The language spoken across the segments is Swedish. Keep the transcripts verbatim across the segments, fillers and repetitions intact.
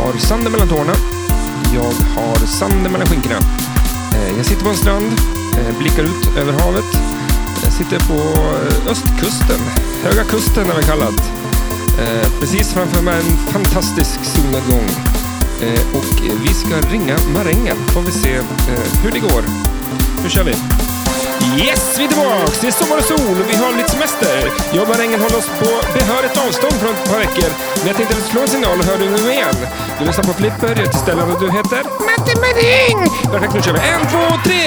har sanden mellan tårna. Jag har sanden mellan skinkorna. Jag sitter på en strand, blickar ut över havet. Jag sitter på östkusten, Höga kusten är det kallat. Precis framför mig en fantastisk solnedgång. Och vi ska ringa marängen. Får vi se hur det går. Nu kör vi. Yes, vi är tillbaka. Det är sommar och sol och vi har lite semester. Jag och marängen håller oss på behörigt avstånd från ett par veckor. Men jag tänkte att slå en signal och hörde nu igen. Du lyssnar på Flipper, jag heter Stellan och du heter Matte Maräng. Perfekt, nu kör vi. En, två, tre.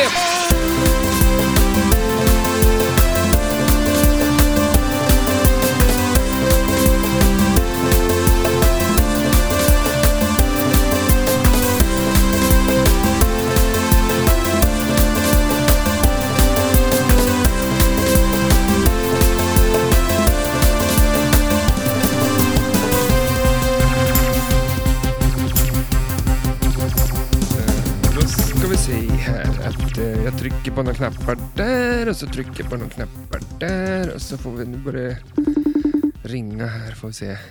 Jag trycker på några knappar där och så trycker jag på några knappar där och så får vi nu börja ringa här, får vi se.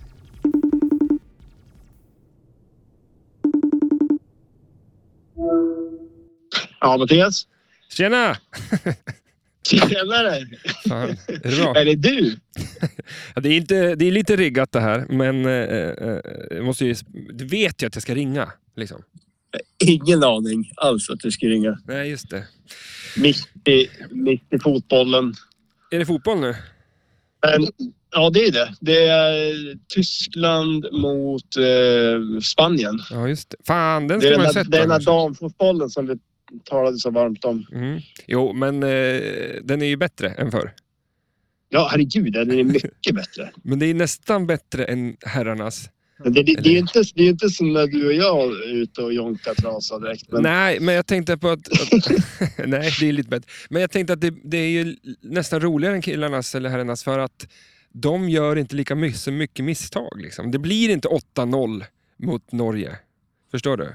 Ja, Mattias. Tjena! Tjenare! Fan, är det bra? Är det du? Ja, det, är inte, det är lite riggat det här, men äh, äh, måste ju, du vet ju att jag ska ringa, liksom. Ingen aning alls att du ska ringa. Nej, just det. Mitt i, mitt i fotbollen. Är det fotboll nu? Men, ja, det är det. Det är Tyskland mot eh, Spanien. Ja, just det. Fan, den ska man ju ha sett. Det är den här damfotbollen som vi talade så varmt om. Mm. Jo, men eh, den är ju bättre än förr. Ja, herregud, den är mycket bättre. Men det är nästan bättre än herrarnas. Det, det, det, är inte, det är inte som när du och jag är ute och jonkar trasa direkt. Men... Nej, men jag tänkte på att... att nej, det är lite bättre. Men jag tänkte att det, det är ju nästan roligare än killarnas eller herrarnas för att de gör inte lika mycket, mycket misstag. Liksom. Det blir inte åtta noll mot Norge. Förstår du?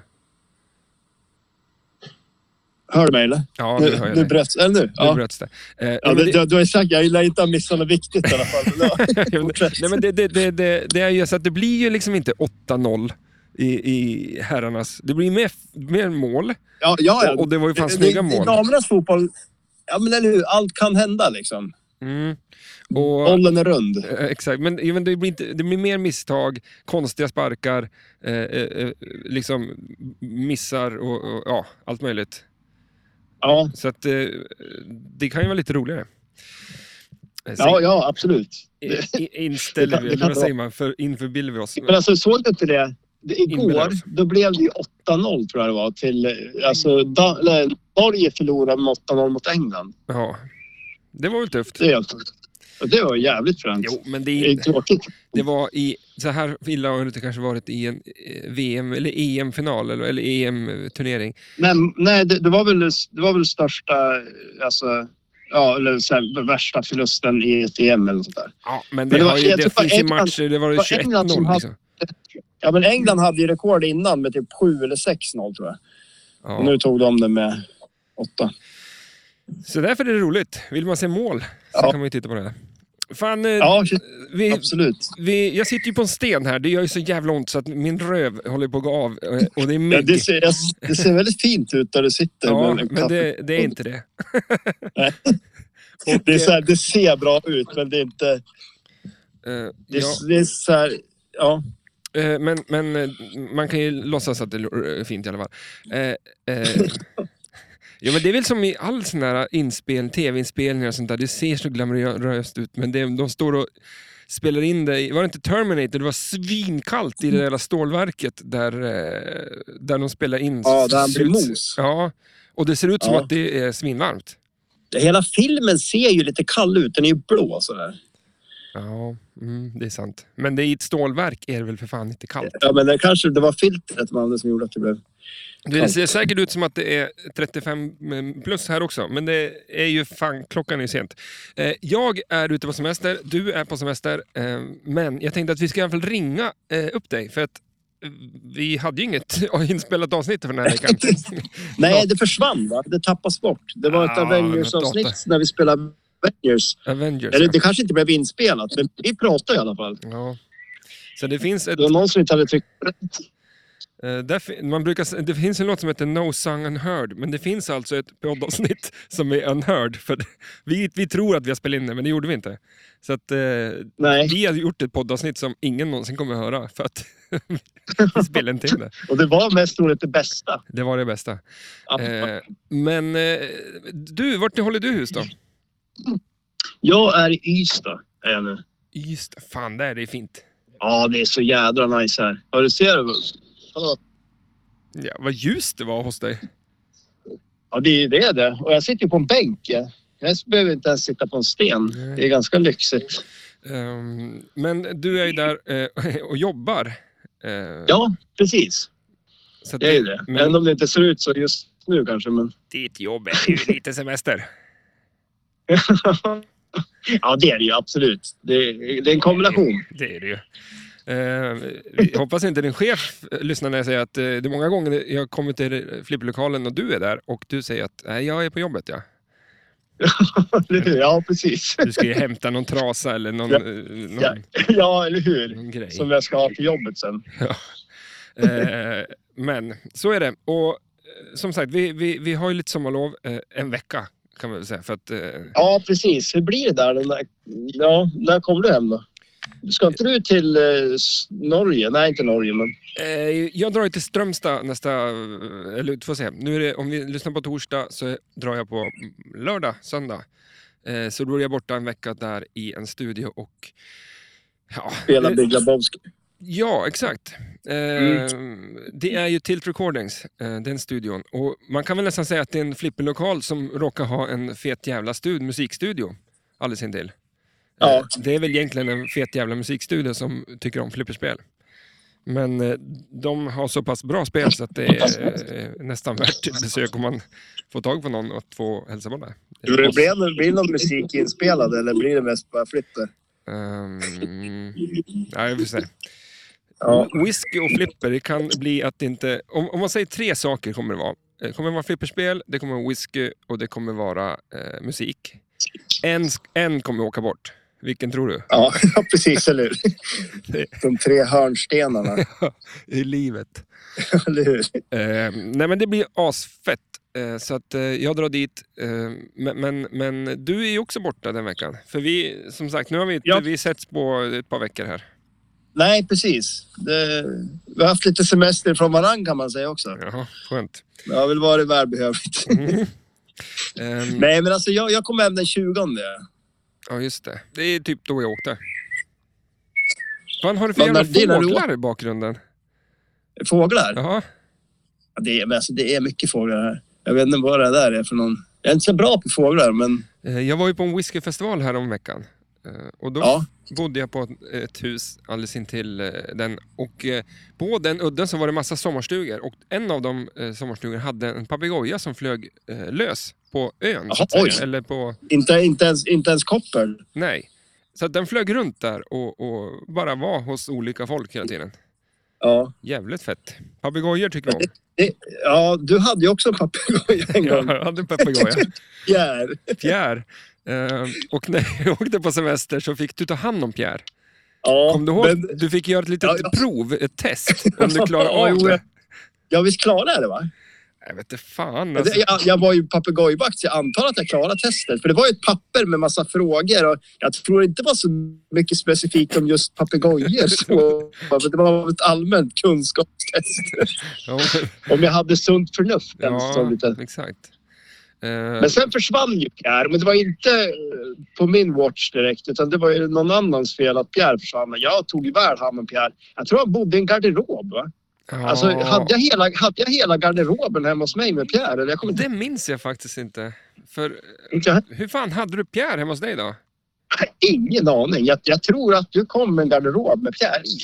Hör du mig eller? Ja, nu hör jag Nu dig. bröts, eller nu? Ja. Nu bröts det. Eh, ja, det, det, du, du har sagt, jag gillar inte att missa något viktigt i alla fall. Nej, men det, det, det, det, det är ju så att det blir ju liksom inte åtta noll i, i herrarnas. Det blir mer, mer mål. Ja, ja, ja. Och, och det var ju fan det, snygga det, mål. I damernas fotboll, ja men eller hur, allt kan hända liksom. Mm. Och, bollen är rund. Eh, exakt, men, men det, blir inte, det blir mer misstag, konstiga sparkar, eh, eh, liksom missar och, och ja, allt möjligt. Ja. Så att eh, det kan ju vara lite roligare. Eh, ja, ja, absolut. I, inställer vi, vad säger man, för införbilder vi oss. Men alltså, såg du inte det? det igår, då blev det ju åtta noll tror jag det var. Till, alltså, da, eller, Norge förlorade med åtta noll mot England. Ja, det var väl tufft. Det, det var jävligt fränt. Jo, men det, är, det är tråkigt. Det var i, så här illa har det kanske varit i en V M eller E M-final eller, eller E M-turnering. Men nej, det, det var väl det var väl största, alltså, ja, eller så här, värsta förlusten i ett E M eller sånt där. Ja, men det, men det, var, har ju, det finns ju England, matcher, det var ju tjugoett noll liksom. Ja, men England hade ju rekord innan med typ sju eller sex noll tror jag. Ja. Och nu tog de det med åtta. Så därför är det roligt. Vill man se mål så ja. kan man ju titta på det. Fan, ja, vi, absolut. Vi, jag sitter ju på en sten här. Det gör ju så jävla ont så att min röv håller på att gå av. Och det är ja, det, ser, det ser väldigt fint ut där du sitter. Ja, med men det, det är inte det. och, det, är så här, det ser bra ut, men det är inte... Uh, det, ja. det är så här, ja... Men, men man kan ju låtsas att det är fint i alla fall. Eh, eh, ja, men det är väl som i all sån här inspel, tv-inspelningar och sånt där. Det ser så glamoröst ut, men det, de står och spelar in det. Var det inte Terminator? Det var svinkallt i det där stålverket där, där de spelar in. Ja, där blir mos. Ja, och det ser ut som ja. att det är svinvarmt. Hela filmen ser ju lite kall ut. Den är ju blå sådär. Ja, mm, det är sant. Men det är i ett stålverk är det väl för fan inte kallt. Ja, men det kanske det var filtret man som gjorde att det blev kallt. Det ser säkert ut som att det är trettiofem plus här också. Men det är ju fan, klockan är ju sent. Jag är ute på semester, du är på semester. Men jag tänkte att vi ska i alla fall ringa upp dig. För att vi hade ju inget inspelat avsnitt för den här veckan. Nej, det försvann va? Det tappas bort. Det var ett ah, Avengers-avsnitt när vi spelade Avengers. Avengers Eller ja. det kanske inte blev inspelat, men vi pratar i alla fall. Ja. Så det finns ett... Det var någon som inte hade tryckt rätt. Uh, där, man brukar, det finns en låt som heter No Song Unheard, men det finns alltså ett poddavsnitt som är unheard. För vi, vi tror att vi har spelat in det, men det gjorde vi inte. Så att uh, vi har gjort ett poddavsnitt som ingen någonsin kommer att höra för att vi spelar inte in det. Och det var mest troligt det bästa. Det var det bästa. Uh, men uh, du, vart håller du hus då? Jag är i Ystad, är jag nu. Ystad, fan där är det fint. Ja, det är så jädra nice här. Har du ser det? Hallå. Ja, vad ljust det var hos dig. Ja, det är det det. Och jag sitter ju på en bänk. Jag behöver inte ens sitta på en sten. Nej. Det är ganska lyxigt. Um, men du är ju där uh, och jobbar. Uh, ja, precis. Så det är det. Men även om det inte ser ut så just nu kanske. Men... Ditt jobb är ju lite semester. Ja, det är det ju absolut. Det är, det är en kombination. Det är det ju. Uh, jag hoppas inte din chef lyssnar när jag säger att uh, det är många gånger jag kommer till flipperlokalen och du är där och du säger att nej, jag är på jobbet, ja. Ja, precis. Du ska ju hämta någon trasa eller någon... Ja, någon, ja, ja eller hur? Grej. Som jag ska ha till jobbet sen. Ja. Uh, men så är det. Och uh, som sagt, vi, vi, vi har ju lite sommarlov uh, en vecka kan man väl säga. För att, uh... Ja, precis. Hur blir det där? där? Ja, när kommer du hem då? Ska inte du till eh, Norge? Nej, inte Norge, men... Eh, jag drar ju till Strömstad nästa... Eller får se. Nu är det, om vi lyssnar på torsdag så drar jag på lördag, söndag. Eh, så då är jag borta en vecka där i en studio och... Ja, spela Big Lebowski. Ja, exakt. Eh, mm. Det är ju Tilt Recordings, eh, den studion. Och man kan väl nästan säga att det är en flipperlokal som råkar ha en fet jävla stud, musikstudio. Alldeles intill. Ja. Det är väl egentligen en fet jävla musikstudio som tycker om flipperspel. Men de har så pass bra spel så att det är nästan värt ett besök om man får tag på någon och få hälsa på det. Blir det, blir det någon musik inspelad eller blir det mest bara flipper? Um, ja, jag vill säga. Ja. Whisky och flipper, det kan bli att det inte... Om, om man säger tre saker kommer det vara. Det kommer vara flipperspel, det kommer vara whisky och det kommer vara eh, musik. En, en kommer åka bort. Vilken tror du? Ja, precis, eller hur? De tre hörnstenarna. I livet. Eller hur? Eh, nej, men det blir asfett. Eh, så att eh, jag drar dit. Eh, men, men, men du är ju också borta den veckan. För vi, som sagt, nu har vi, ja. vi setts på ett par veckor här. Nej, precis. Det, vi har haft lite semester från varann kan man säga också. Jaha, skönt. Det har väl varit välbehövligt. Mm. Um, Nej, men alltså jag, jag kom hem den tjugonde. Ja, just det. Det är typ då jag åkte. Vad har du för jävla fåglar i bakgrunden? Fåglar? Jaha. Ja, det, är, alltså, det är mycket fåglar här. Jag vet inte vad det där är för någon. Jag är inte så bra på fåglar, men... Jag var ju på en whiskyfestival här om veckan. Och då ja. bodde jag på ett hus alldeles intill den. Och på den udden så var det massa sommarstugor. Och en av de sommarstugor hade en papegoja som flög lös på ön. Aha, oj. Eller på... Inte, inte, ens, inte ens koppel? Nej. Så att den flög runt där och, och bara var hos olika folk hela tiden. Ja. Jävligt fett. Papegojor tycker jag om. Det, det, ja, du hade ju också en papegoja en gång. Ja, jag hade en papegoja. Pierre. Pierre. Uh, och när jag åkte på semester så fick du ta hand om Pierre. Ja, kom du ihåg? Men... Du fick göra ett litet ja, ja. prov, ett test. Om du klarar av ja, det. Ja, visst klarade jag det, va? Jag vet inte fan. Alltså. Jag, jag var ju papegojvakt så jag antar att jag klarade testet. För det var ju ett papper med massa frågor. Och jag tror inte det var så mycket specifikt om just papegojor. Så, det var ett allmänt kunskapstest. Ja, men... om jag hade sunt förnuft. Ja, lite. Exakt. Men sen försvann ju Pierre. Men det var inte på min watch direkt. Utan det var ju någon annans fel att Pierre försvann. Jag tog ju väl hand om Pierre. Jag tror han bodde i en garderob, va? Ja. Alltså, hade jag, hela, hade jag hela garderoben hemma hos mig med Pierre? Eller jag kommer inte... Det minns jag faktiskt inte. För inte. Hur fan hade du Pierre hemma hos dig då? Ingen aning. Jag, jag tror att du kom med en garderob med Pierre i.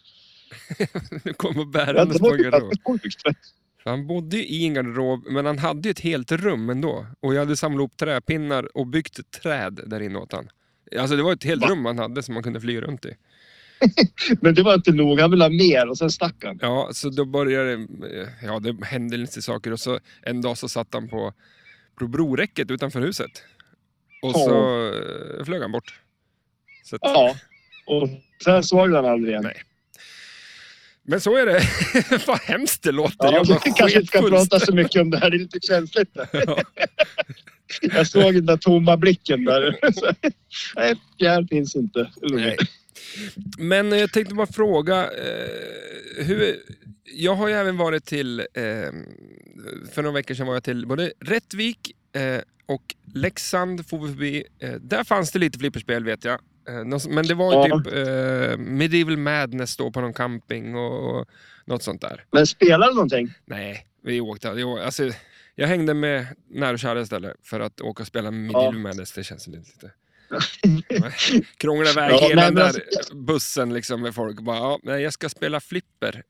Du kom och bärandes på en garderob. Han bodde ju i en garderob, men han hade ju ett helt rum ändå. Och jag hade samlat upp träpinnar och byggt ett träd där inne åt han. Alltså det var ett helt Va? rum han hade som man kunde flyga runt i. Men det var inte nog, han ville ha mer och sen stack han. Ja, så då började ja, det hände lite saker och så en dag så satt han på, på broräcket utanför huset. Och så ja. flög han bort. Så att... Ja, och sen såg han aldrig igen. Nej. Men så är det. Vad hemskt det låter. Ja, jag vi kanske inte ska prata så mycket om det här. Det är lite känsligt. Ja. Jag såg den där tomma blicken där. Nej, Pierre finns inte. Nej. Men jag tänkte bara fråga. Eh, hur, jag har ju även varit till... Eh, för några veckor sedan var jag till både Rättvik eh, och Leksand får vi förbi. Eh, där fanns det lite flipperspel vet jag. Eh, men det var ju ja. typ eh, Medieval Madness då på någon camping och, och något sånt där. Men spelar du någonting? Nej, vi åkte. Jag, alltså, jag hängde med nära och kära istället för att åka och spela Medieval ja. Madness. Det känns lite... Krångla iväg ja, hela den där alltså... bussen liksom med folk. Bara, ja, nej, jag ska spela flipper.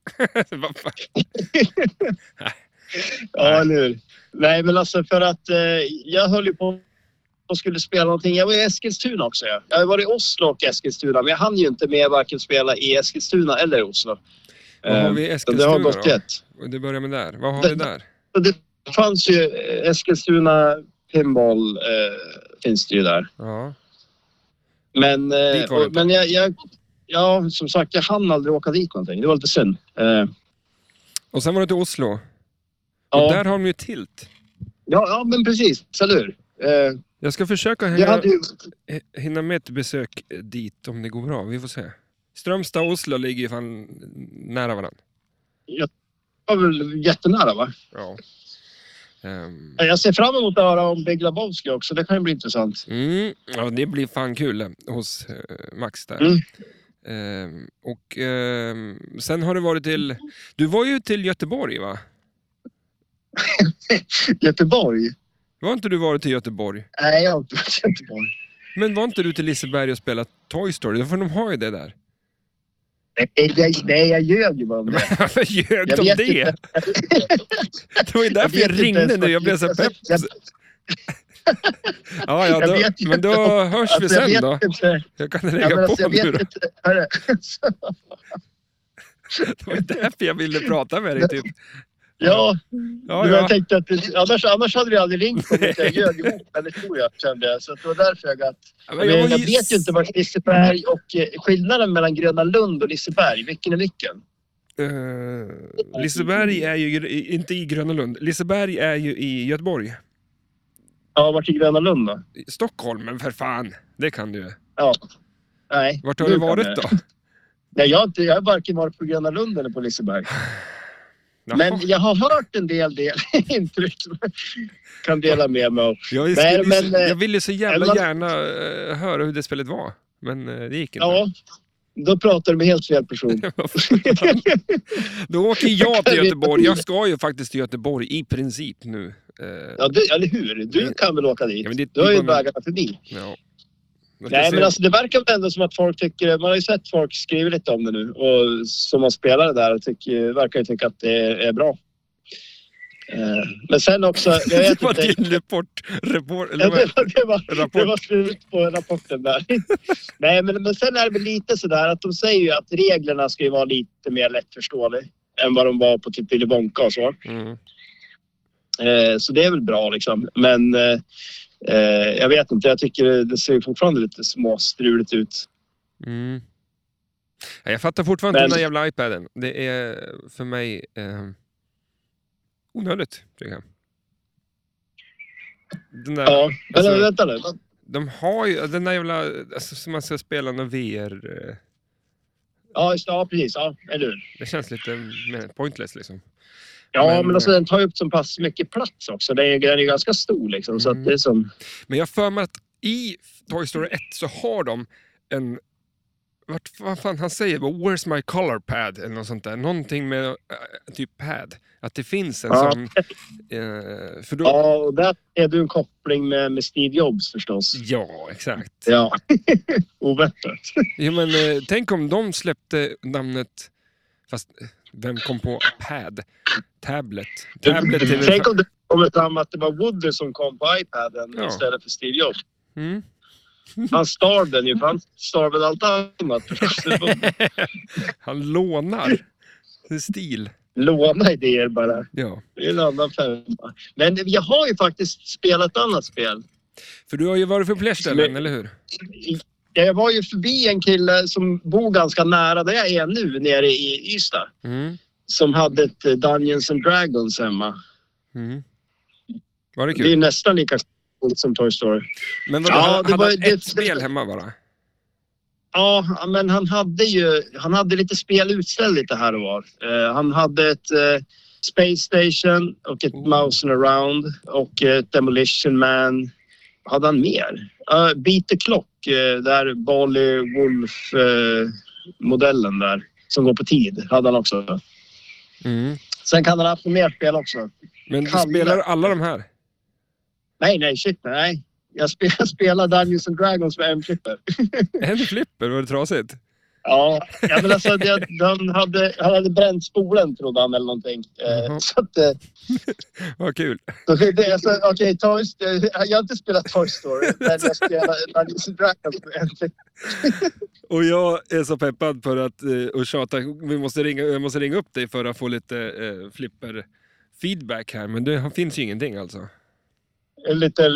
Ja, nu. Nej, men alltså för att eh, jag höll ju på och skulle spela någonting. Jag var i Eskilstuna också. Ja. Jag var i Oslo och Eskilstuna. Men jag hann ju inte med varken spela i Eskilstuna eller Oslo. Vad har vi i Eskilstuna det har gått då? Rätt. Det börjar med där. Vad har det, vi där? Det fanns ju Eskilstuna pinball eh, finns det ju där. Ja. Men, eh, och, men jag, jag, ja, som sagt, jag hann aldrig åka dit någonting. Det var lite synd. Eh. Och sen var det till Oslo. Ja. Och där har de ju tilt. Ja, ja men precis. Salur. Eh. Jag ska försöka hinna, ju... hinna med ett besök dit om det går bra. Vi får se. Strömstad och Oslo ligger ju fan nära varandra. Ja, det var väl jättenära va? Ja. Um... Jag ser fram emot att höra om Big Lebowski också. Det kan ju bli intressant. Mm. Ja, det blir fan kul hos uh, Max där. Mm. Um, och um, sen har du varit till... Du var ju till Göteborg va? Göteborg? Var inte du varit till Göteborg? Nej, jag har inte varit till Göteborg. Men var inte du till Liseberg och spelat Toy Story? För de har ju det där. Nej, nej, nej jag ljög ju bara om det. Varför ljög de det? Inte. Det var ju därför jag, jag ringde nu. Jag blev så pepp. Jag... ja, ja, då, men då hörs alltså, vi sen jag då. Inte. Jag kan lägga ja, på alltså, nu då. Det var därför jag ville prata med dig typ. Ja, ja, ja. Jag tänkte att det, annars, annars hade vi aldrig ringt om jag ljög ihop eller tror jag kände jag. Så det var därför jag att ja, men jag, jag, jag vet ju inte vad Liseberg och skillnaden mellan Gröna Lund och Liseberg, vilken är vilken? Uh, Liseberg är ju inte i Gröna Lund. Liseberg är ju i Göteborg. Ja, vart är Gröna Lund då? Stockholm, men för fan. Det kan du. Ja. Nej. Vart har du varit då? Nej, jag har inte jag har varken varit på Gröna Lund eller på Liseberg. Men jag har hört en del, del intryck som jag kan dela med mig av. Jag, Nej, men, jag ville så jävla man, gärna uh, höra hur det spelet var. Men uh, det gick inte. Ja, då pratar du med helt fel person. Då åker jag till Göteborg. Jag ska ju faktiskt till Göteborg i princip nu. Uh, ja, du, eller hur? Du kan väl åka dit? Ja, det, du har ju vägarna förbi. Ja. Nej, men alltså det verkar väl ändå som att folk tycker, man har ju sett folk skriva lite om det nu och som har spelat det där och tycker, verkar ju tycka att det är, är bra. Eh, men sen också, jag vet det var inte. din rapport, rapport, eller ja, det, var, det, var, rapport. Det var slut på rapporten där. Nej, men, men sen är det väl lite sådär att de säger ju att reglerna ska ju vara lite mer lättförståeliga än vad de var på typ Willy Wonka och så. Mm. Eh, så det är väl bra liksom, men eh, Eh, jag vet inte, jag tycker det ser fortfarande lite småstruligt ut. Mm. Jag fattar fortfarande Men... den där jävla iPaden. Det är för mig eh, onödigt, tycker jag. Den där, ja, alltså, men vänta nu. De har ju den där jävla, alltså, som man ska spela någon V R. Eh. Ja, just, ja, precis. Ja, eller hur? Det känns lite mer pointless liksom. Ja, men, men alltså, den tar upp så pass mycket plats också. Den är, den är ganska stor liksom. Mm. Så att det är som... Men jag för mig att i Toy Story ett så har de en... Vart, vad fan han säger? Where's my color pad? Eller något sånt där. Någonting med äh, typ pad. Att det finns en ja. sån... Eh, för då... Ja, och där är du en koppling med, med Steve Jobs förstås. Ja, exakt. Ja, oväntat. Ja, men eh, tänk om de släppte namnet... Fast... Vem kom på pad? Tablet. Tablet till Tänk om det kom fram att det var Woody som kom på iPaden ja. Istället för Steve Jobs. Mm. Han star den ju, för han star väl allt annat. Han lånar. Det är stil. Låna idéer bara. Ja. Det är en annan femma. Men jag har ju faktiskt spelat ett annat spel. För du har ju varit för Pläställen, eller hur? Jag var ju förbi en kille som bor ganska nära där jag är nu, nere i Ystad. Mm. Som hade ett Dungeons and Dragons hemma. Mm. Var det kul? Det är nästan lika coolt som Toy Story. Men vadå, Ja, hade det han var- ett det- spel hemma bara? Ja, men han hade ju han hade lite spel utställt lite här och var. Eh, han hade ett eh, Space Station och ett Oh. Mouse and Around och ett Demolition Man. Vad hade han mer? Uh, Beat the Clock, uh, där Bally Wolf uh, modellen där som går på tid hade han också. Mm. Sen kan han ha haft mer spel också. Men du Kalle. spelar alla de här? Nej, nej, shit, nej. Jag spelar, spelar Dungeons and Dragons med en flipper. En flipper, var det trasigt? Ja, ja men alltså det, han, hade, han hade bränt spolen trodde han eller någonting. Eh, Mhm. så att, eh, Vad kul. så det är så, okej, Toy Story- jag har inte spelat Toy Story, men jag spelar Dungeons and Dragons med en flipper. Och jag är så peppad för att eh, och tjata. Vi måste ringa, jag måste ringa upp dig för att få lite eh, flipper feedback här. Men det finns ju ingenting alltså. Lite...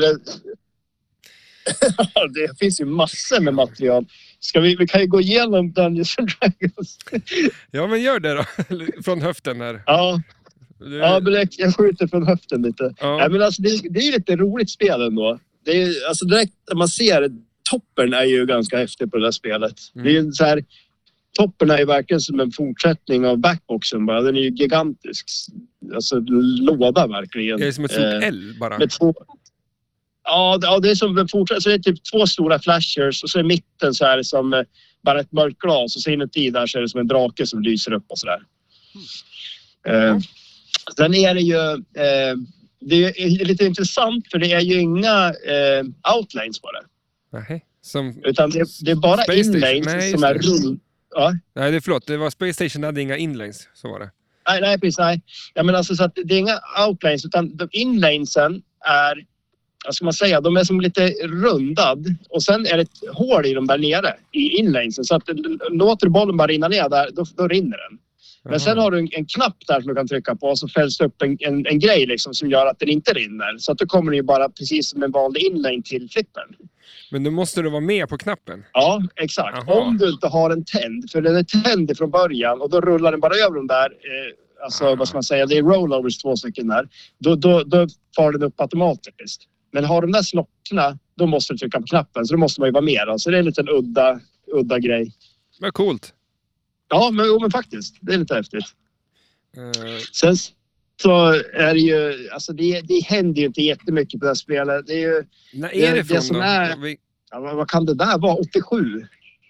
det finns ju massor med material. Ska vi, vi kan ju gå igenom Dungeons and Dragons. Ja, men gör det då. Från höften här. Ja, Du, ja men det- jag skjuter från höften lite. ja. Nej, men alltså, det, det är ju lite roligt spel ändå. Det är, alltså direkt när man ser toppen är ju ganska häftig på det där spelet. Mm. Det är ju så här, toppen är ju verkligen som en fortsättning av backboxen bara. Den är ju gigantisk. Alltså låda verkligen. Det är som ett stort Eh, L bara. med två... Ja, det- ja, det är som en fortsättning. Så det är typ två stora flashers och så i mitten så är det som eh, bara ett mörkt glas och så inuti där så är det som en drake som lyser upp och sådär. Eh, sen är det ju... Eh, det är lite intressant för det är ju inga eh, outlines på det. Nej, som... Utan det, det är bara Space Station. inlanes Nej, som just är det. rund. Ja. Nej, det är förlåt. Det var Space Station, hade inga inlanes. Så var det. Nej, nej, precis. Nej. Ja, men alltså, så att det är inga outlines utan de inlanesen är, vad ska man säga, de är som lite rundad och sen är det ett hål i dem där nere i inlanesen så att låter bollen bara rinna ner där, då, då rinner den. Men sen har du en, en knapp där som du kan trycka på och så fälls det upp en, en, en grej liksom som gör att den inte rinner. Så att då kommer det ju bara precis som en vanlig inlane till flippen. Men då måste du vara med på knappen. Ja, exakt. Jaha. Om du inte har en tänd, för den är tänd från början och då rullar den bara över de där, eh, alltså Ah. vad ska man säga, det är rollovers två stycken där. Då, då, då far den upp automatiskt. Men har de där slockna, då måste du trycka på knappen. Så då måste man ju vara med. Då. Så det är en liten udda, udda grej. Vad coolt. Ja, men, jo, men faktiskt. Det är lite häftigt. Uh, Sen så är det ju, alltså det, det händer ju inte jättemycket på det här spelet. Det är ju, när Det- är det det från som då? är- Vi, ja, vad vad kan det där vara? åttiosju?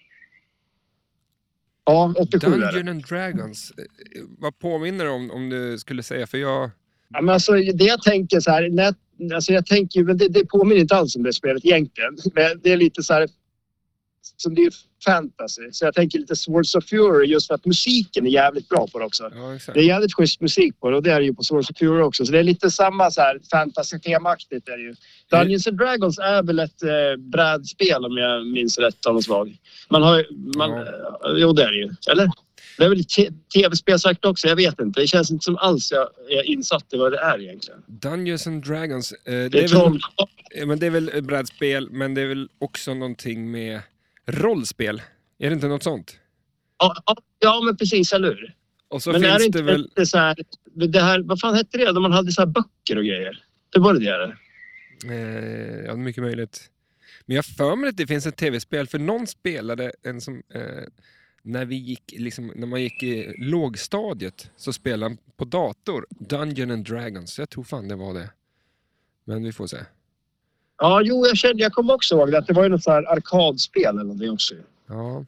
Ja, åttiosju är det. Dungeons and Dragons. Eh, Vad påminner det om, om du skulle säga? För jag... Ja, men alltså, det jag tänker så här, när, alltså jag tänker ju, men det, det påminner inte alls om det spelet egentligen. Men det är lite så här, som det är fantasy. Så jag tänker lite Swords of Fury just för att musiken är jävligt bra på det också. Ja, exakt. Det är jävligt schysst musik på det och det är det ju på Swords of Fury också. Så det är lite samma så här fantasy-temaktigt är det ju. Dungeons and Dragons är väl ett eh, brädspel om jag minns rätt av något slag. Man har ju, man, Ja. eh, jo det är det ju, eller? Det är väl t- tv-spel sagt också, jag vet inte. Det känns inte som alls jag är insatt i vad det är egentligen. Dungeons and Dragons. Eh, det, Det är är troll. väl, eh, men det är väl ett brädspel, men det är väl också någonting med rollspel. Är det inte något sånt? Ja, ja, ja, men precis, eller hur? Och så Men är finns det det, inte väl... lite så här, det här, vad fan hette det? Då man hade så här böcker och grejer. Det var det där. Eh, ja, mycket möjligt. Men jag har för mig att det finns ett tv-spel, för någon spelade en som... Eh, när vi gick, liksom, när man gick i lågstadiet så spelade han på dator Dungeons and Dragons. Jag tror fan det var det. Men vi får se. Ja, jo, jag kände, jag kommer också ihåg det, att det var ju något så här arkadspel eller någonting också. Ja.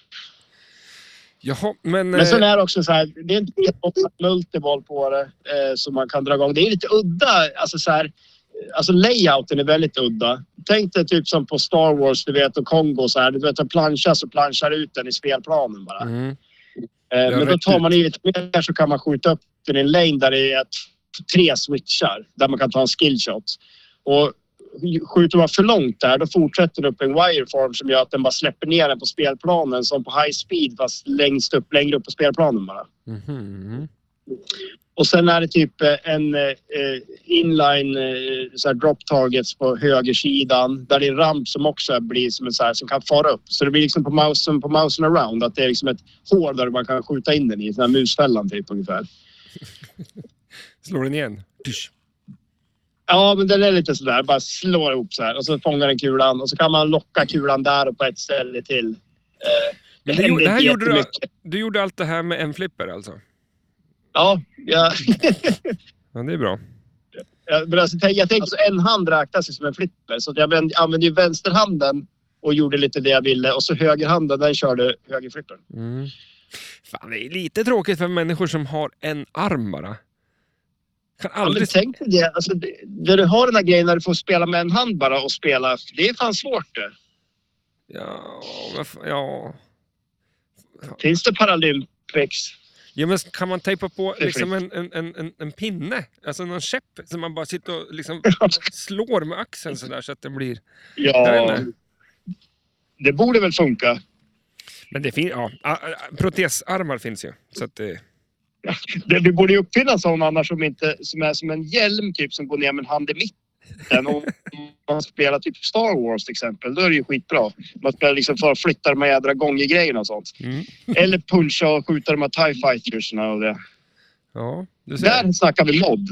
Jaha, men... Men eh, sen är det också så här, det är inte ett multiboll på det eh, som man kan dra igång. Det är lite udda, alltså så här, alltså layouten är väldigt udda. Tänk dig typ som på Star Wars, du vet, och Kongo så här, du vet, att plancha så planchar ut den i spelplanen bara. mm, Eh, men då rätt tar man ut. i lite mer så kan man skjuta upp den i en lane där det är ett, tre switchar där man kan ta en skillshot. Och skjuter man för långt där, då fortsätter den upp en wireform som gör att den bara släpper ner den på spelplanen som på high speed fast längst upp, längre upp på spelplanen bara. mhm. Och sen är det typ en eh, inline eh, så här drop targets på högersidan. Där det är en ramp som också blir som en så här som kan fara upp. Så det blir liksom på mousen, på mousen around att det är liksom ett hål där man kan skjuta in den i. Den här musfällan typ ungefär. Slår den igen? Tysch. Ja, men den är lite sådär. Bara slår ihop så här. Och så fångar den kulan. Och så kan man locka kulan där och på ett ställe till. Eh, det det, det här gjorde du, du gjorde allt det här med en flipper alltså? Ja, ja. Ja, det är bra. Jag, alltså, jag tänkte alltså, en hand räknas som en flipper. Så jag använde ju vänsterhanden och gjorde lite det jag ville. Och så högerhanden, den körde högerflippern. Mm. Fan, det är lite tråkigt för människor som har en arm bara. Kan aldrig... Ja, men tänk det. Alltså, det. När du har den här grejen när du får spela med en hand bara och spela. Det är fan svårt det. Ja, ja. Finns det Paralympics? Ja, men kan man tejpa på liksom en, en, en, en pinne? Alltså någon käpp som man bara sitter och liksom slår med axeln sådär så att den blir... Ja, det borde väl funka. Men det finns, ja, protesarmar finns ju. Så att det... Det, det borde ju uppfinnas sån annars som, inte, som är som en hjälm typ som går ner med en hand i mitten. Och man spelar typ Star Wars till exempel, då är det ju skitbra. Man spelar liksom för att flytta de här jädra gånggrejerna och sånt. Mm. Eller puncha och skjuta de här TIE Fightersna och det. Ja, du ser. Där snackar vi mod.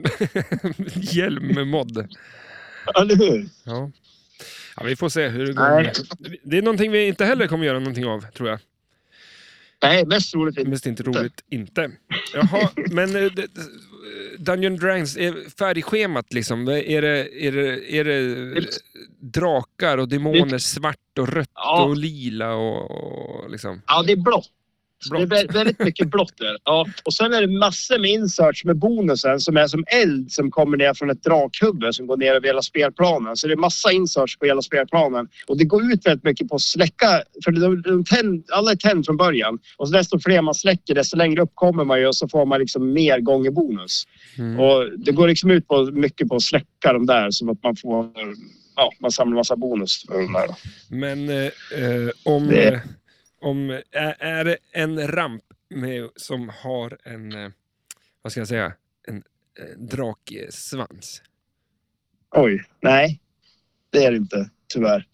Hjälm med mod. Eller hur? Ja. Ja, vi får se hur det går. Nej. Det är någonting vi inte heller kommer göra någonting av, tror jag. Nej, mest roligt inte. Mest inte roligt inte. Jaha, men uh, Dungeons Dragons är färdigschemat liksom. Är det, är det, är det drakar och demoner, svart och rött ja. och lila och, och liksom? Ja, det är blått. blått. Det är väldigt mycket blått där. Ja. Och sen är det massor med inserts med bonusen som är som eld som kommer ner från ett drakhuvud som går ner över hela spelplanen. Så det är massa inserts på hela spelplanen. Och det går ut väldigt mycket på att släcka. För de, de tänd, alla är tänd från början. Och så desto fler man släcker, desto längre upp kommer man ju och så får man liksom mer gånger bonus. Mm. Och det går liksom ut på mycket på att släcka de där som att man får... Ja, man samlar massa bonus för de där. Men eh, om... Det... Om, är, är det en ramp med, som har en, vad ska jag säga, en, en draksvans? Oj, nej. Det är det inte, tyvärr.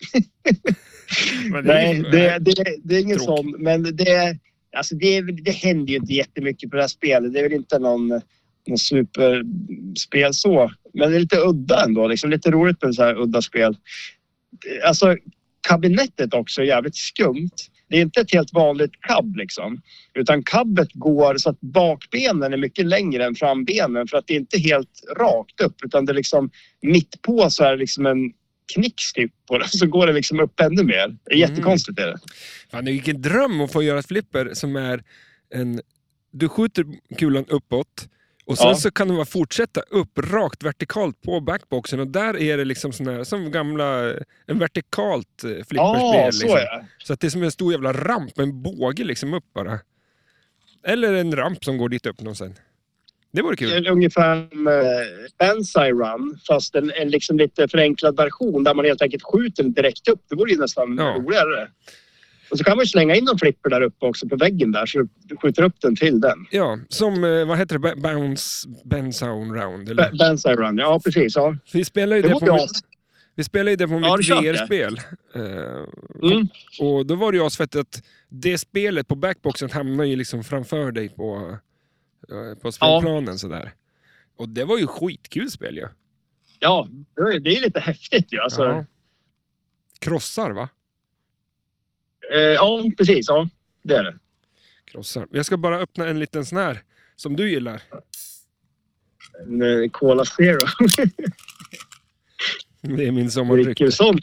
Men det är, nej, det, det, det är ingen tråkigt. Sån. Men det, alltså det, det händer ju inte jättemycket på det här spelet. Det är väl inte någon, någon superspel så. Men det är lite udda ändå. Liksom, lite roligt med så här udda spel. Alltså, kabinettet också är jävligt skumt. Det är inte ett helt vanligt cab liksom. Utan cabbet går så att bakbenen är mycket längre än frambenen. För att det är inte helt rakt upp. Utan det är liksom mitt på så är det liksom en knicks typ på det. Så går det liksom upp ännu mer. Det är jättekonstigt är det. Fan, det är vilken dröm att få göra ett flipper som är en... Du skjuter kulan uppåt. Och sen ja. så kan man fortsätta upp rakt vertikalt på backboxen och där är det liksom sån här, som gamla en vertikalt flipperspel ja, liksom. så, ja. Så att det är som en stor jävla ramp, en båge liksom upp bara. Eller en ramp som går dit upp någonstans. Det vore kul. Det är ungefär en uh, Banzai Run fast en, en liksom lite förenklad version där man helt enkelt skjuter direkt upp. Det vore ju nästan ja. roligare. Och så kan man ju slänga in en flipper där uppe också på väggen där så du skjuter upp den till den. Ja, som, vad heter det? Bounce, Banzai Round? Eller? Banzai Run, ja precis. Ja. Vi spelar ju det, det på mitt, vi spelar ju det på ja, mitt V R-spel. Uh, mm. Och då var det ju asfett att det spelet på backboxen hamnar ju liksom framför dig på, uh, på spelplanen ja. sådär. Och det var ju skitkul spel ju. Ja, ja det är lite häftigt ju. Alltså. Ja. Krossar va? Ja, precis. Ja, det är det. Krossar. Jag ska bara öppna en liten sån här som du gillar. En Cola Zero. Det är min sommardryck. uh,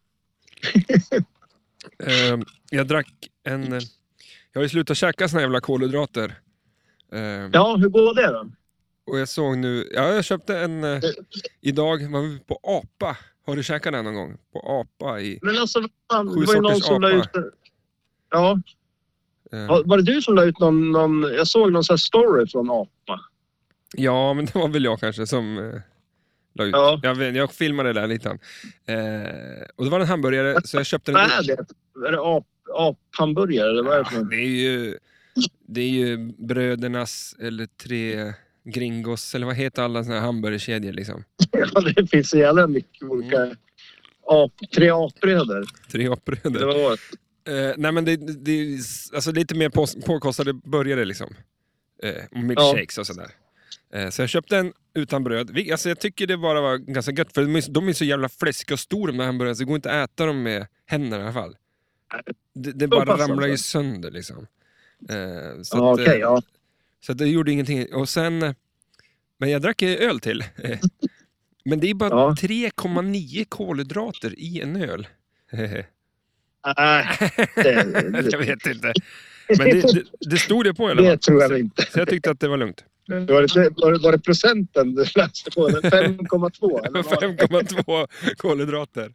jag drack en... Jag har ju slutat käka såna jävla kolhydrater. Uh, ja, hur går det då? Och jag såg nu... Ja, jag köpte en... Uh, idag var vi på Apa. Har du käkat den någon gång? På Apa i... Men alltså, fan, sju det var ju någon som la ut... Ja. Uh. Var det du som la ut någon... någon... Jag såg någon sån här story från Apa. Ja, men det var väl jag kanske som... Uh... Ut. Ja. Jag, jag filmade det där lite. Eh, och det var en hamburgare så jag köpte en... Vad är det? Är det ap, ap hamburgare eller vad är det för? Ja, det är ju det är ju brödernas eller tre gringos, eller vad heter alla såna här hamburgerkedjor liksom? Ja, det finns så jävla mycket olika... Mm. Ap, tre apbröder. Tre apbröder. Det var Eh, nej men det, det är alltså lite mer på, påkostade burgare liksom. Eh, och milkshakes ja. Och sådär. Eh, så jag köpte en utan bröd. Vi, alltså jag tycker det bara var ganska gött. För de är, de är så jävla fläskiga och stora de här hamburgarna. Så det går inte att äta dem med händerna i alla fall. Det, det bara ramlar ju sönder liksom. Eh, så, ja, att, okay, ja. så att det gjorde ingenting. Och sen... Men jag drack öl till. Men det är bara ja. tre komma nio kolhydrater i en öl. Nej, det, jag vet inte. Men det, det, det stod det på i alla fall. Det tror jag inte. Så jag tyckte att det var lugnt. Var det, var det, var det procenten du läste på? fem komma två? fem komma två kolhydrater.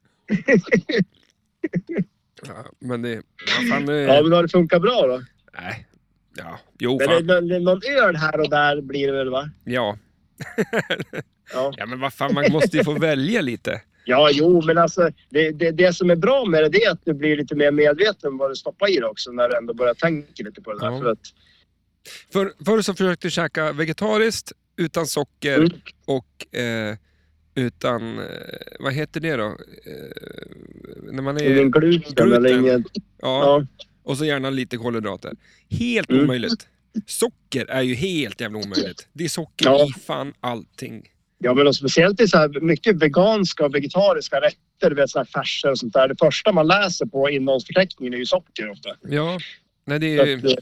Ja, men det... Fan, det... Ja, men har det funkat bra då? Nej. Ja, jo men fan. Men det, någon öl här och där blir det väl, va? Ja. ja. Ja, men vad fan, man måste ju få välja lite. Ja, jo, men alltså det, det, det som är bra med det, det är att du blir lite mer medveten om vad du stoppar i det också när du ändå börjar tänka lite på det där. Ja. För att... För, förr så försökte jag käka vegetariskt, utan socker mm. och eh, utan, eh, vad heter det då? Eh, när man är... Ingen gluten, gluten. Eller ingen... Ja. ja, och så gärna lite kolhydrater. Helt mm. omöjligt. Socker är ju helt jävla omöjligt. Det är socker ja. i fan allting. Ja, men speciellt i så här mycket veganska och vegetariska rätter, du vet, så här färser och sånt där. Det första man läser på innehållsförteckningen är ju socker ofta. Ja, nej det är, att, eh,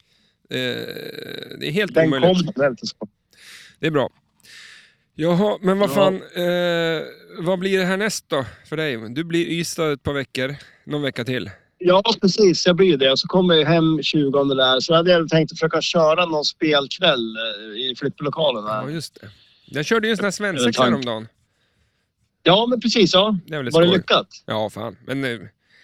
det är helt den omöjligt. Kom, det är bra. Jaha, men vad fan, ja. eh, vad blir det här näst då för dig? Du blir i Ystad ett par veckor, någon vecka till. Ja, precis. Jag blir det. Och så kommer jag hem tjugonde där. Så hade jag tänkt att försöka köra någon spelkväll i flipplokalen där. Ja, just det. Jag körde ju en sån här svensexa häromdagen. Ja, men precis. Ja. Det var, var det lyckat? Ja, fan. Men eh,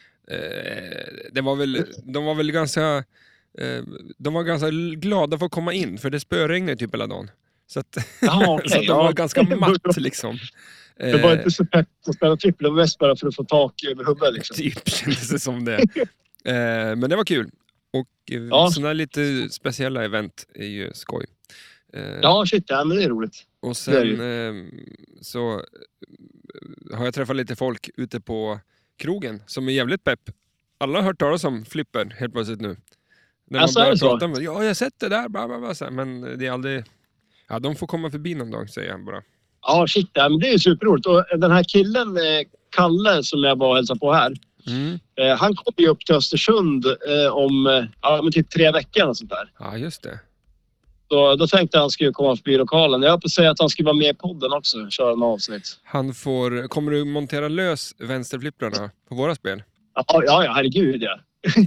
det var väl, de var väl ganska... Eh, de var ganska glada för att komma in. För det spöregnade typ hela dagen. Så att, Jaha, okay, så att de ja. var ganska matt liksom. Det var inte så pepp att spela trippel och mest bara för att få tak över huvudet liksom. Typ kändes det som det. eh, men det var kul. Och eh, ja. sådana lite speciella event är ju skoj. Eh, ja, shit. Ja, men det är roligt. Och sen eh, så eh, har jag träffat lite folk ute på krogen som är jävligt pepp. Alla har hört talas om Flipper helt plötsligt nu. När alltså, man är det så? Med, ja, jag har sett det där, bla, bla, bla, så här, men det är aldrig... Ja, de får komma förbi någon dag, säger jag bara. Ja, shit. Ja, men det är ju superroligt. Och den här killen, eh, Kalle, som jag var och hälsade på här. Mm. Eh, han kom ju upp till Östersund eh, om eh, ja, men typ tre veckor och sånt där. Ja, just det. Så då tänkte jag att han skulle komma förbi lokalen. Jag höll på att säga att han skulle vara med i podden också. Köra en avsnitt. Han får... Kommer du montera lös vänsterflipprarna på våra spel? Ja, ja, ja herregud, ja.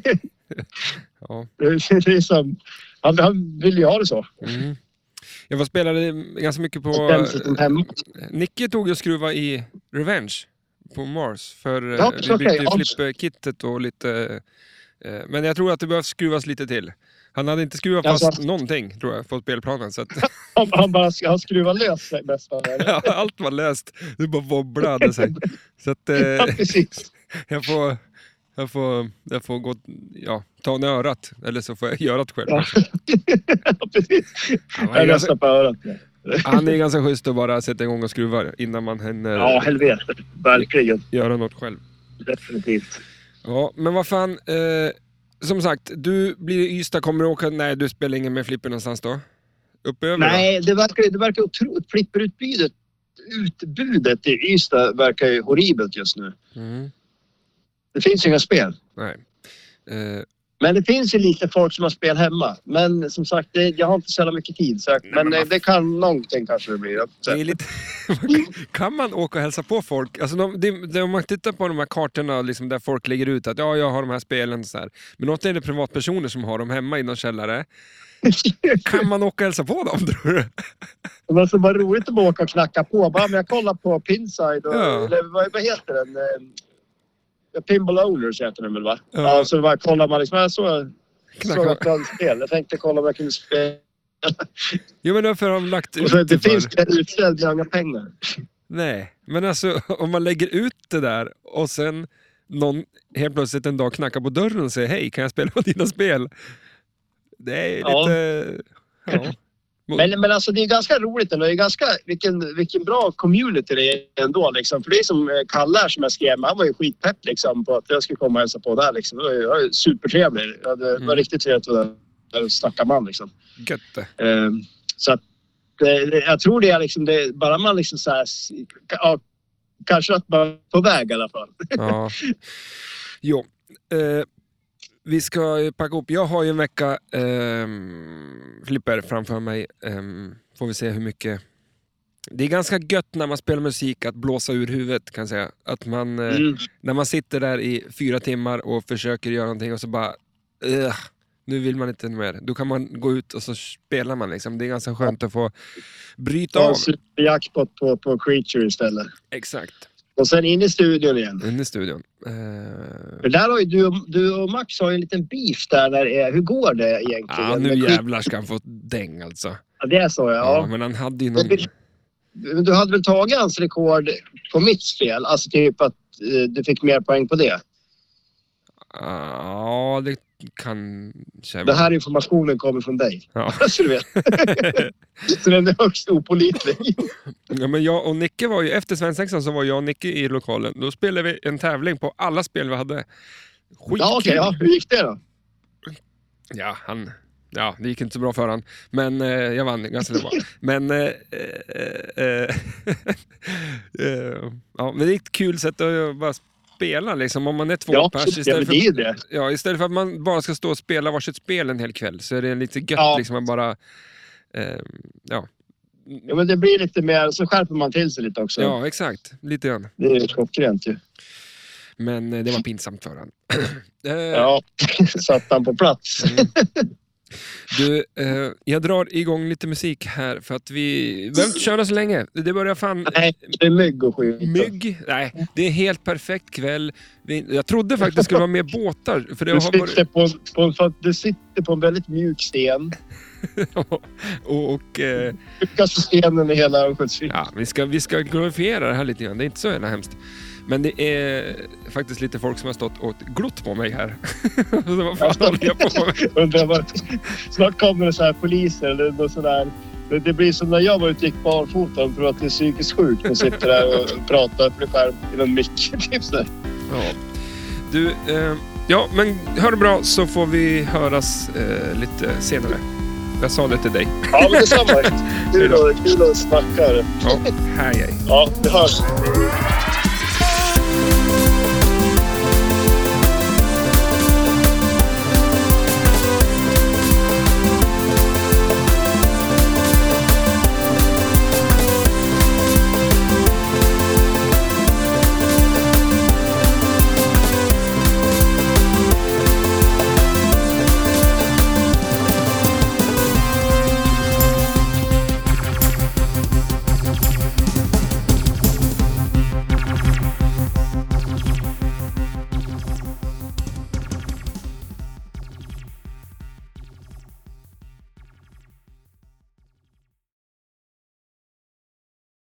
ja. Det, det är som... Han, han vill ju ha det så. Mm. Jag var spelade ganska mycket på... Nicke tog och skruva i Revenge på Mars. För ja, vi bytte okay. flip-kittet och lite... Eh, men jag tror att det behövs skruvas lite till. Han hade inte skruvat fast alltså, någonting, tror jag, på spelplanen. Så att... han, han bara han skruvar lös sig bäst. Ja, allt var löst. Det bara wobblade sig. Så att... Eh, ja, precis. jag får... Jag får, jag får gå, ja, ta en örat. Eller så får jag göra det själv. Ja, precis. Han är, ganska, på örat. Han är ganska schysst att bara sätta igång och skruva innan man hinner... Ja, helvete. Verkligen. Göra något själv. Definitivt. Ja, men vad fan... Eh, som sagt, du blir i Ystad, kommer du åka... Nej, du spelar ingen med flipper någonstans då? Uppöver, Nej, det verkar, det verkar otroligt. Flipperutbudet utbudet i Ystad verkar ju horribelt just nu. Mm. Det finns ju inga spel. Nej. Uh, men det finns ju lite folk som har spel hemma. Men som sagt, det, jag har inte så mycket tid. Så, nej, men det, det kan någonting kanske det blir. Det är lite, kan man åka och hälsa på folk? Alltså de, det, det, om man tittar på de här kartorna liksom, där folk lägger ut att ja, jag har de här spelen. Så här. Men något är det privatpersoner som har dem hemma i någon källare. Kan man åka och hälsa på dem, tror du? Det var så bara roligt att åka och knacka på. Bara, men jag kollar på Pinside. Och, ja. eller, vad, vad heter den? Pinball Owners heter den väl, va? Ja. Ja, så bara kollar man liksom, jag så, så ett bra spel. Jag tänkte kolla om jag kunde spela. Jo, men därför har de lagt ut så det. Det för... finns det utställd inga pengar. Nej, men alltså om man lägger ut det där och sen någon helt plötsligt en dag knackar på dörren och säger hej, kan jag spela på dina spel? Det är Ja. lite... Ja. Men, men alltså det är ganska roligt ändå. Det är ganska, vilken, vilken bra community det är ändå. Liksom. För det är som Kalle som jag skrev, han var ju skitpepp liksom, på att jag skulle komma och hälsa på där. Liksom. Det var ju, var ju supertrevligt. Det var mm. riktigt trevligt att snacka man. Liksom. Gött. Um, så att, det, jag tror det är liksom, det, bara man liksom så här, ja, kanske att man är på väg i alla fall. Ja. Jo. Eh, vi ska packa upp. Jag har ju en vecka eh, flipper framför mig. Eh, får vi se hur mycket. Det är ganska gött när man spelar musik att blåsa ur huvudet, kan jag säga. Att man, eh, mm. när man sitter där i fyra timmar och försöker göra någonting och så bara... Uh, nu vill man inte mer. Då kan man gå ut och så spelar man liksom. Det är ganska skönt att få bryta av. Jackpot på, på Creature istället. Exakt. Och sen in i studion igen. In i studion. Uh... För där har ju du, du och Max har ju en liten beef där. där är, hur går det egentligen? Ja, nu jävlar ska han få däng alltså. Ja, det är så, ja. Ja, men han hade ju någon... Du, du hade väl tagit hans rekord på mitt spel? Alltså typ att uh, du fick mer poäng på det? Ja, det kan... Den här informationen kommer från dig. Ja. Så du vet. Så den är högst opålitlig. Ja, men jag och Nicke var ju... Efter svensexan så var jag och Nicke i lokalen. Då spelade vi en tävling på alla spel vi hade. Skitkul. Ja, okej. Okay, ja. Hur gick det då? Ja, han... Ja, det gick inte så bra för han. Men eh, jag vann ganska bra. Men... Eh, eh, eh, ja, men det är ett kul sätt att bara spela liksom. Om man är två ja, pers istället för, det är det. Ja, istället för att man bara ska stå och spela varsitt spel en hel kväll, så är det lite gött ja. liksom att bara... Eh, ja. Ja, men det blir lite mer... Så skärper man till sig lite också. Ja, exakt. Lite grann. Det är klockrent ju. Men eh, det var pinsamt för han. eh, ja, satt han på plats. Mm. Du, eh, jag drar igång lite musik här för att vi behöver inte köra så länge. Det börjar fan... Nej, det är mygg och skit. Mygg? Nej, det är en helt perfekt kväll. Vi, jag trodde faktiskt det skulle vara mer båtar. För det du, har sitter varit... på, på, för att du sitter på en väldigt mjuk sten. och... och eh... Mjukaste stenen i hela Örnsköldsvik. Ja, vi ska, vi ska glorifiera det här lite grann. Det är inte så jävla hemskt. Men det är faktiskt lite folk som har stått och glott på mig här. Så vad fan håller jag på med? Undrar vad... Snart kommer det så här poliser eller något sådär. Det blir som när jag var ute och gick barfota och tror att det är psykiskt sjukt och sitter där och pratar på skärm i någon mick. Typ så. Ja. Du, eh, ja, men hör det bra så får vi höras eh, lite senare. Jag sa det till dig. Ja, men detsamma. Kul att snacka. Ja, hej hej. Ja, vi hörs.